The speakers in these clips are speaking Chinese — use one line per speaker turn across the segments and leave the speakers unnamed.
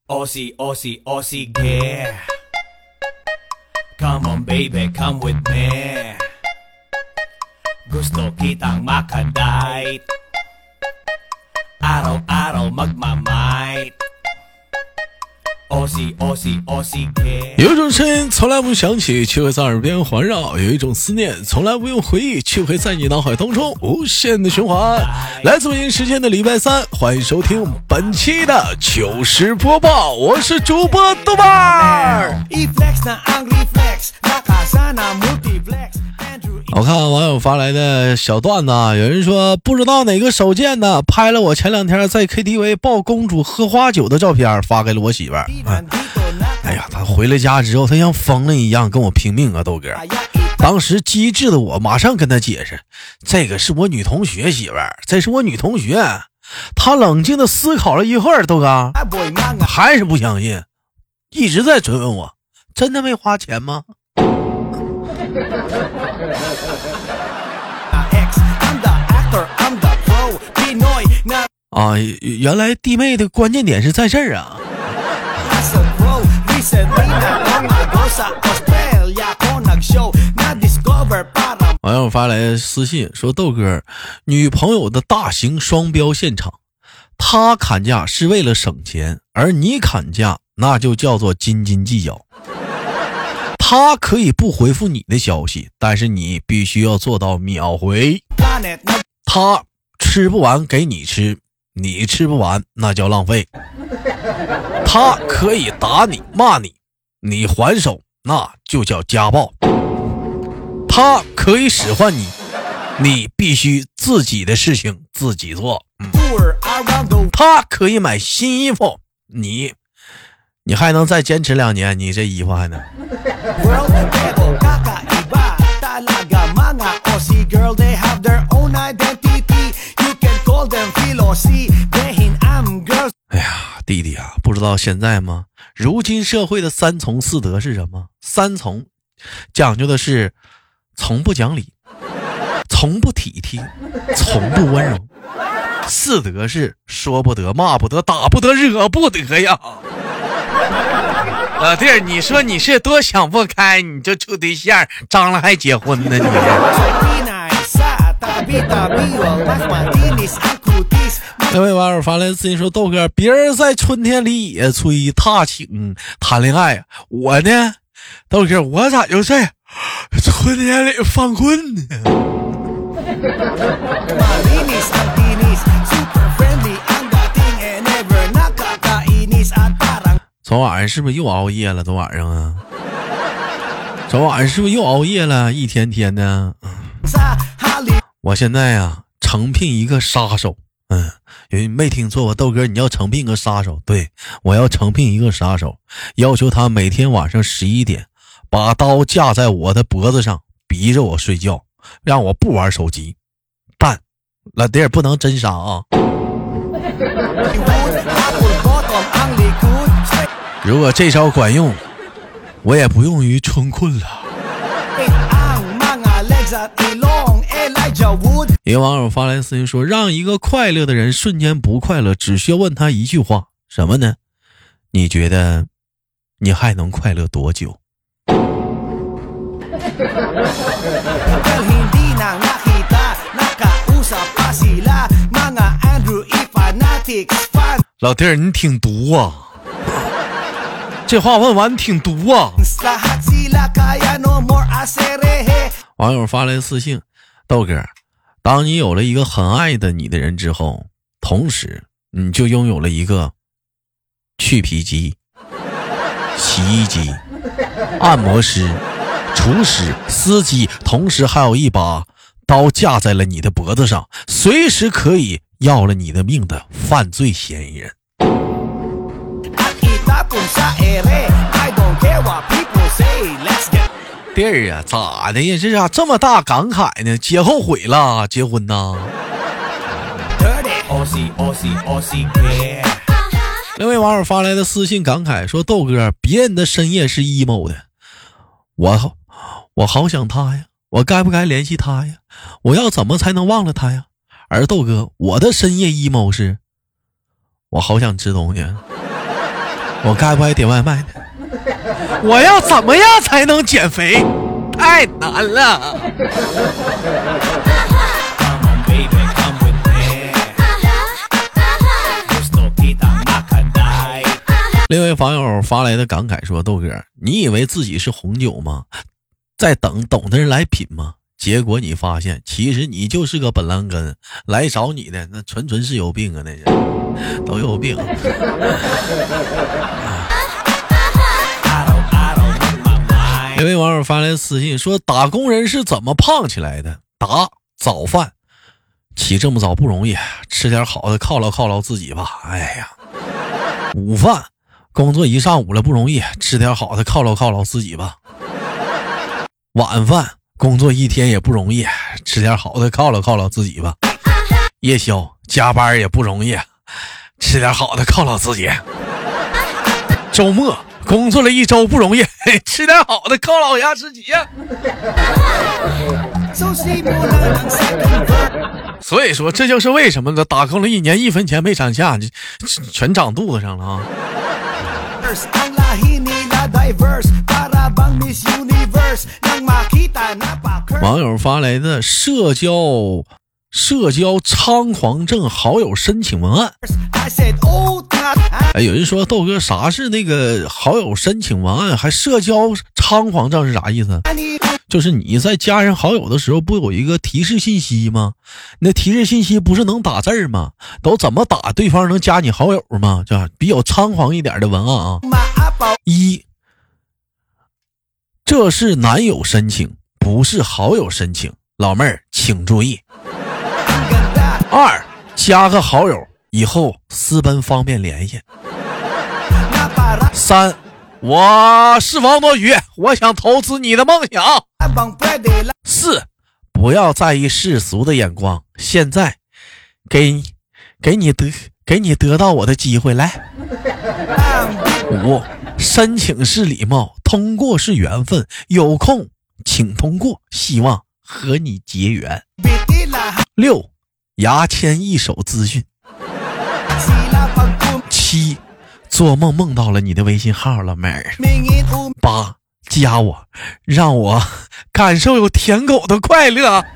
Aussie, Aussie, Aussie, yeah. Come on, baby, come with me. Gusto kitang makadite. Araw-araw magmamite.Aussie, Aussie, Aussie, yeah.
有一种声音从来不响起，却会在耳边环绕；有一种思念从来不用回忆，却会在你脑海当中无限的循环。来自北京时间的礼拜三，欢迎收听本期的糗事播报，我是主播豆瓣儿。我看网友发来的小段子，有人说不知道哪个手贱的拍了我前两天在 KTV 抱公主喝花酒的照片，发给了我媳妇儿。哎呀，他回了家之后，他像疯了一样跟我拼命啊，豆哥。当时机智的我马上跟他解释，这个是我女同学媳妇儿，这是我女同学。他冷静的思考了一会儿，豆哥还是不相信，一直在追问我，真的没花钱吗？啊，原来弟妹的关键点是在这儿啊。网友发来私信说，豆哥，女朋友的大型双标现场，他砍价是为了省钱，而你砍价那就叫做斤斤计较。他可以不回复你的消息，但是你必须要做到秒回。他吃不完给你吃，你吃不完那叫浪费。他可以打你骂你，你还手那就叫家暴。他可以使唤你，你必须自己的事情自己做。他可以买新衣服，你还能再坚持2年，你这衣服还能。哎呀，弟弟啊，不知道现在吗？如今社会的3从4德是什么？3从讲究的是从不讲理，从不体贴，从不温柔。4德是说不得，骂不得，打不得，惹不得呀。老弟儿，你说你是多想不开，你就处对象，张了还结婚呢你。那位网友发来私信说，豆哥，别人在春天里也吹踏青谈恋爱，我呢，豆哥，我咋就在春天里犯困呢？昨晚上是不是又熬夜了？昨晚上啊，昨晚上是不是又熬夜了？一天天的。我现在啊，诚聘一个杀手。没听错吧，豆哥，你要诚聘个杀手？对，我要诚聘一个杀手，要求他每天晚上11点把刀架在我的脖子上，逼着我睡觉，让我不玩手机。但老弟儿不能真杀啊！如果这招管用，我也不用于春困了。一个网友发来私信说，让一个快乐的人瞬间不快乐，只需要问他一句话，什么呢？你觉得你还能快乐多久？老弟儿，你挺毒啊，这话问完挺毒啊。网友发来私信，豆哥，当你有了一个很爱的你的人之后，同时你就拥有了一个去皮机、洗衣机、按摩师、厨师、司机，同时还有一把刀架在了你的脖子上，随时可以要了你的命的犯罪嫌疑人。弟儿啊，咋的呀？这咋这么大感慨呢？结后悔了，结婚呐？另外网友发来的私信感慨说，豆哥，别人的深夜是 emo 的，我好想他呀，我该不该联系他呀？我要怎么才能忘了他呀？而豆哥，我的深夜 emo 是我好想吃东西。 我该不该点外卖呢？我要怎么样才能减肥？太难了。另一位网友发来的感慨说：豆哥，你以为自己是红酒吗？在等懂的人来品吗？结果你发现其实你就是个本兰根，来找你的那纯是有病啊，那人都有病。有位网友发来私信说，打工人是怎么胖起来的？答：早饭，起这么早不容易，吃点好的犒劳自己吧。哎呀，午饭，工作一上午了不容易，吃点好的犒劳自己吧。晚饭，工作一天也不容易，吃点好的犒劳自己吧。夜宵，加班也不容易，吃点好的犒劳自己。周末，工作了一周不容易，吃点好的犒劳一下自己呀。所以说，这就是为什么呢？打工了一年1分钱没攒下，全长肚子上了啊。网友发来的社交猖狂症好友申请文案。有人说，豆哥，啥是那个好友申请文案？还社交猖狂症是啥意思？就是你在加人好友的时候不有一个提示信息吗？那提示信息不是能打字吗？都怎么打对方能加你好友吗？就比较猖狂一点的文案啊。一，这是男友申请，不是好友申请，老妹儿请注意。二，加个好友以后私奔方便联系。三，我是王多鱼，我想投资你的梦想。四，不要在意世俗的眼光，现在给你得到我的机会来。五，申请是礼貌，通过是缘分，有空请通过，希望和你结缘。六，牙签一手资讯。七，做梦梦到了你的微信号了妹儿。八，加我，让我感受有舔狗的快乐。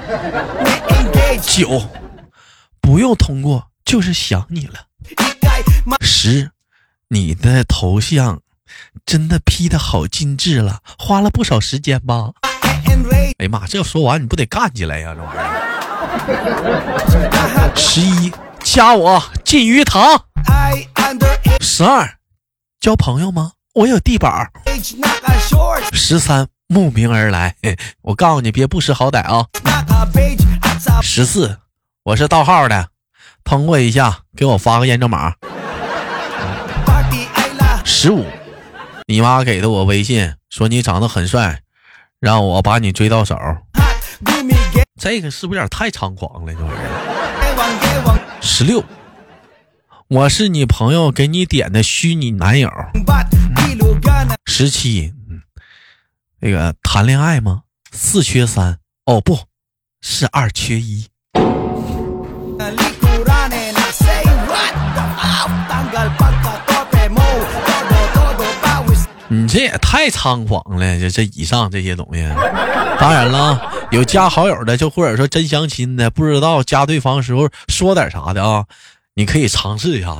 九，不用通过，就是想你了。10，你的头像真的 P 得好精致了，花了不少时间吧？哎呀妈，这说完你不得干起来呀，这玩意儿。11，加我进鱼塘。12，交朋友吗？我有地保。13，慕名而来，我告诉你别不识好歹啊。14，我是盗号的，通过一下给我发个验证码。15，你妈给的我微信说你长得很帅，让我把你追到手。这个是不是有点太猖狂了这玩意儿。16，我是你朋友给你点的虚拟男友。17，那个谈恋爱吗？4缺3，哦不是2缺1。你这也太猖狂了，这以上这些东西。当然了，有加好友的，就或者说真相亲的，不知道加对方时候说点啥的啊，你可以尝试一下子。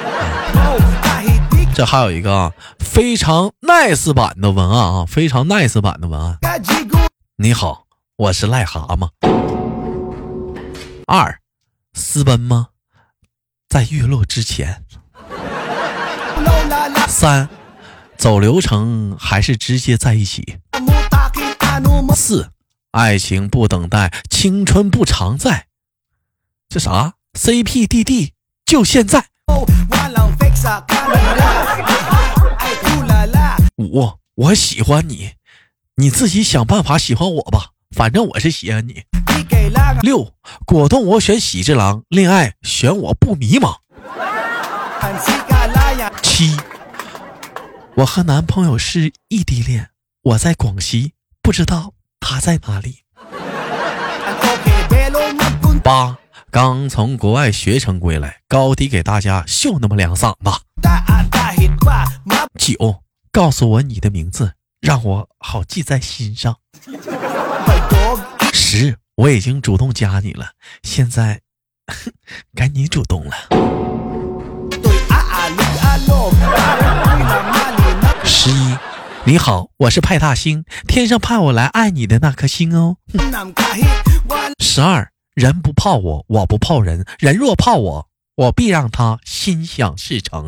这还有一个非常 nice 版的文案啊，非常 nice 版的文案。你好，我是癞蛤蟆。2，私奔吗？在月落之前。3，走流程还是直接在一起。4，爱情不等待，青春不常在。这啥 CPDD 就现在。5，我喜欢你，你自己想办法喜欢我吧，反正我是喜欢你。6，果冻我选喜之郎，恋爱选我不迷茫。7，我和男朋友是异地恋，我在广西，不知道他在哪里。8，刚从国外学成归来，高低给大家秀那么2嗓子。 9，告诉我你的名字，让我好记在心上。10，我已经主动加你了，现在该你主动了。11，你好，我是派大星，天上派我来爱你的那颗星哦。12，人不泡我，我不泡人，人若泡我，我必让他心想事成。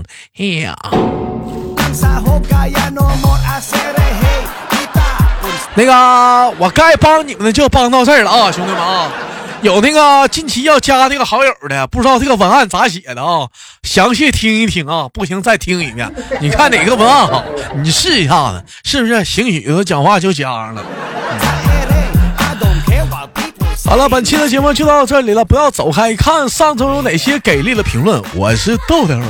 那个我该帮你们的就帮到这儿了啊，兄弟们啊，有那个近期要加这个好友的，不知道这个文案咋写的啊，详细听一听啊，不行再听一遍，你看哪个文案好，你试一下子，是不是行许子讲话就加上了。好了，本期的节目就到这里了，不要走开，看上周有哪些给力的评论。我是豆豆。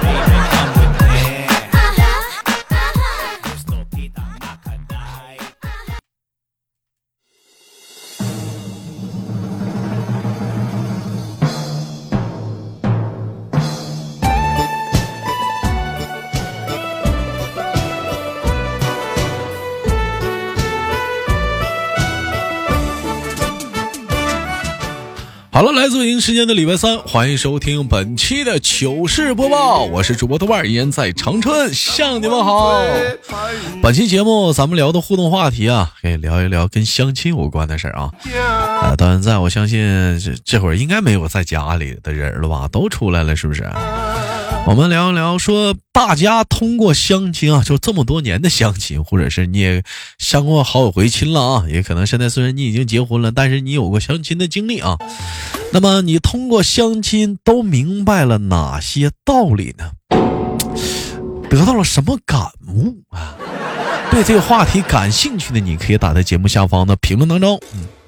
好了，来自北京时间的礼拜三，欢迎收听本期的糗事播报，我是主播豆瓣，依然在长春向你们好。本期节目咱们聊的互动话题啊，可以聊一聊跟相亲有关的事啊。到现在我相信这会儿应该没有在家里的人了吧，都出来了是不是？我们聊一聊说大家通过相亲啊，就这么多年的相亲，或者是你也相过好几回亲了啊，也可能现在虽然你已经结婚了，但是你有过相亲的经历啊。那么你通过相亲都明白了哪些道理呢？得到了什么感悟啊？对这个话题感兴趣的你可以打在节目下方的评论当中。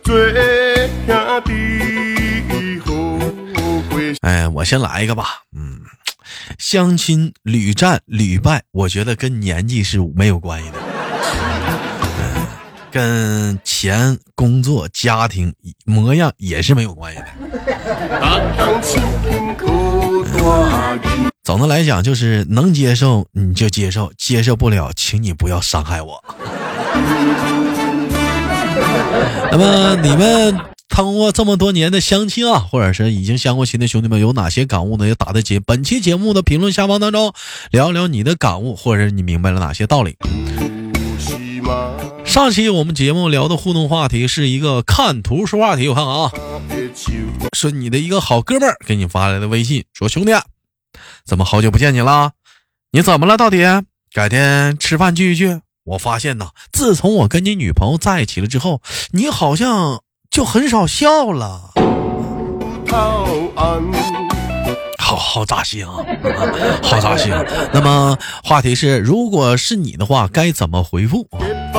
我先来一个吧。相亲屡战屡败，我觉得跟年纪是没有关系的，跟钱、工作、家庭、模样也是没有关系的。总的来讲，就是能接受你就接受，接受不了，请你不要伤害我。那么你们通过这么多年的相亲啊，或者是已经相过亲的兄弟们有哪些感悟呢？也打在本期节目的评论下方当中聊聊你的感悟，或者是你明白了哪些道理。上期我们节目聊的互动话题是一个看图说话题，我看看啊，说你的一个好哥们儿给你发来的微信，说兄弟怎么好久不见你了，你怎么了到底，改天吃饭聚一聚。我发现呢，自从我跟你女朋友在一起了之后，你好像就很少笑了。好扎心啊，好扎心啊。那么话题是，如果是你的话该怎么回复？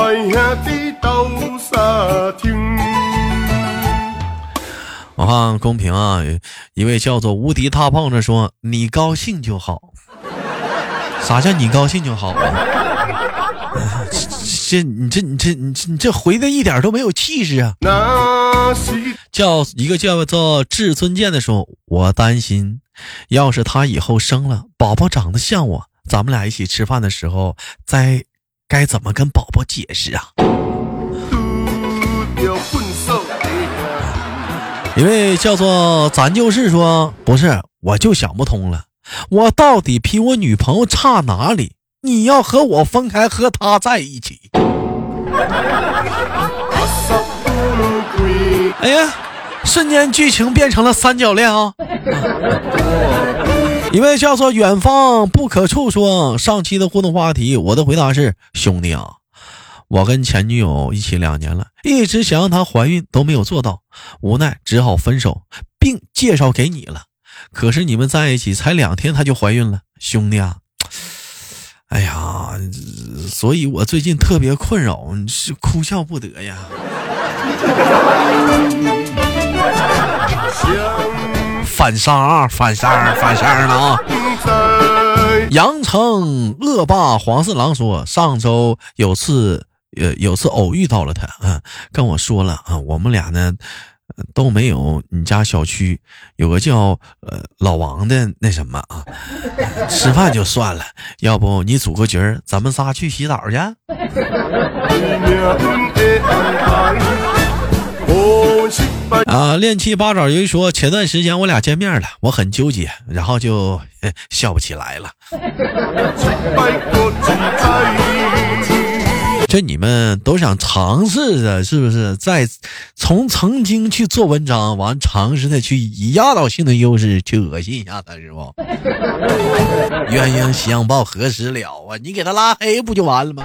我看公屏啊，一位叫做无敌大胖子说，你高兴就好。啥叫你高兴就好啊？你这回的一点都没有气势啊！一个叫做至尊剑的说，我担心要是他以后生了宝宝长得像我，咱们俩一起吃饭的时候该怎么跟宝宝解释啊？一位叫做咱就是说，不是，我就想不通了，我到底比我女朋友差哪里？你要和我分开，和他在一起。哎呀，瞬间剧情变成了三角恋啊！一位叫做远方不可触说，上期的互动话题，我的回答是，兄弟啊，我跟前女友一起2年了，一直想让她怀孕都没有做到，无奈只好分手，并介绍给你了。可是你们在一起才2天，她就怀孕了，兄弟啊！哎呀，所以我最近特别困扰，是哭笑不得呀。反伤了啊！阳城恶霸黄四郎说，上周有次偶遇到了他，跟我说了啊，我们俩呢， 都没有你家小区有个叫老王的那什么啊，吃饭就算了，要不你组个局儿，咱们仨去洗澡去。啊，练气八爪鱼说，前段时间我俩见面了，我很纠结，然后就笑不起来了。这你们都想尝试的，是不是？在从曾经去做文章，完尝试的去以压倒性的优势去恶心一下他，是不？鸳鸯相报何时了啊？你给他拉黑不就完了吗？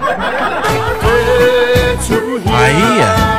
哎呀！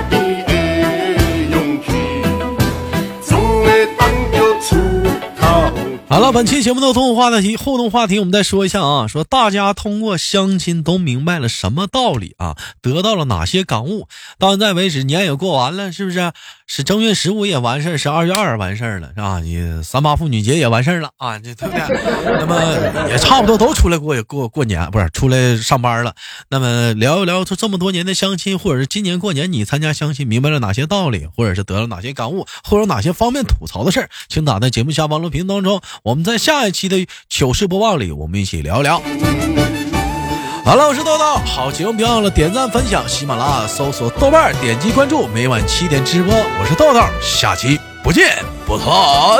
好了，本期节目的互动话题我们再说一下啊，说大家通过相亲都明白了什么道理啊，得到了哪些感悟。到现在为止年也过完了，是不是？是正月15也完事儿，是2月2完事儿了，是吧？你3·8妇女节也完事儿了啊，这对不对？那么也差不多都出来过年，不是出来上班了。那么聊一聊这么多年的相亲，或者是今年过年你参加相亲明白了哪些道理，或者是得了哪些感悟，或者哪些方面吐槽的事儿，请打在节目下方录屏当中。我们在下一期的糗事播报里，我们一起聊聊。好了，我是豆豆，好节目别忘了点赞分享，喜马拉雅搜索豆瓣点击关注，每晚7点直播，我是豆豆，下期不见不散。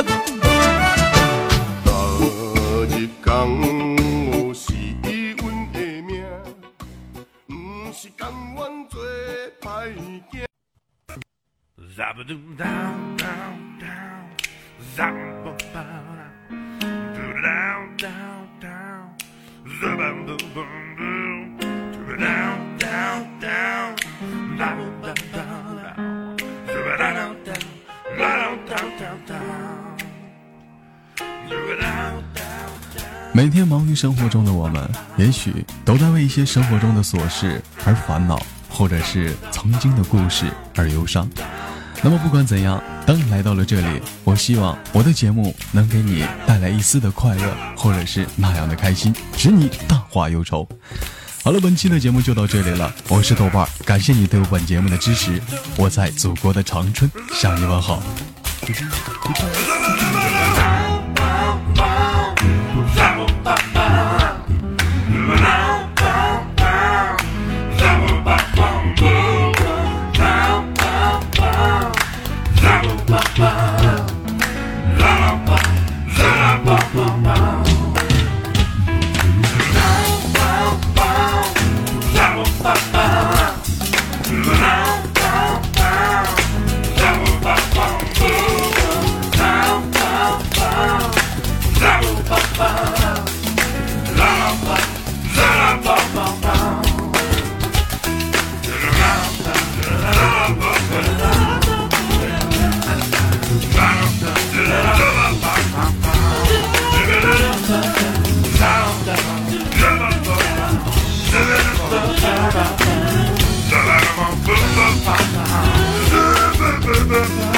每天忙于生活中的我们，也许都在为一些生活中的琐事而烦恼，或者是曾经的故事而忧伤。那么不管怎样，当你来到了这里，我希望我的节目能给你带来一丝的快乐，或者是那样的开心，使你淡化忧愁。好了，本期的节目就到这里了，我是豆瓣，感谢你对本节目的支持，我在祖国的长春向你问好。
Bye.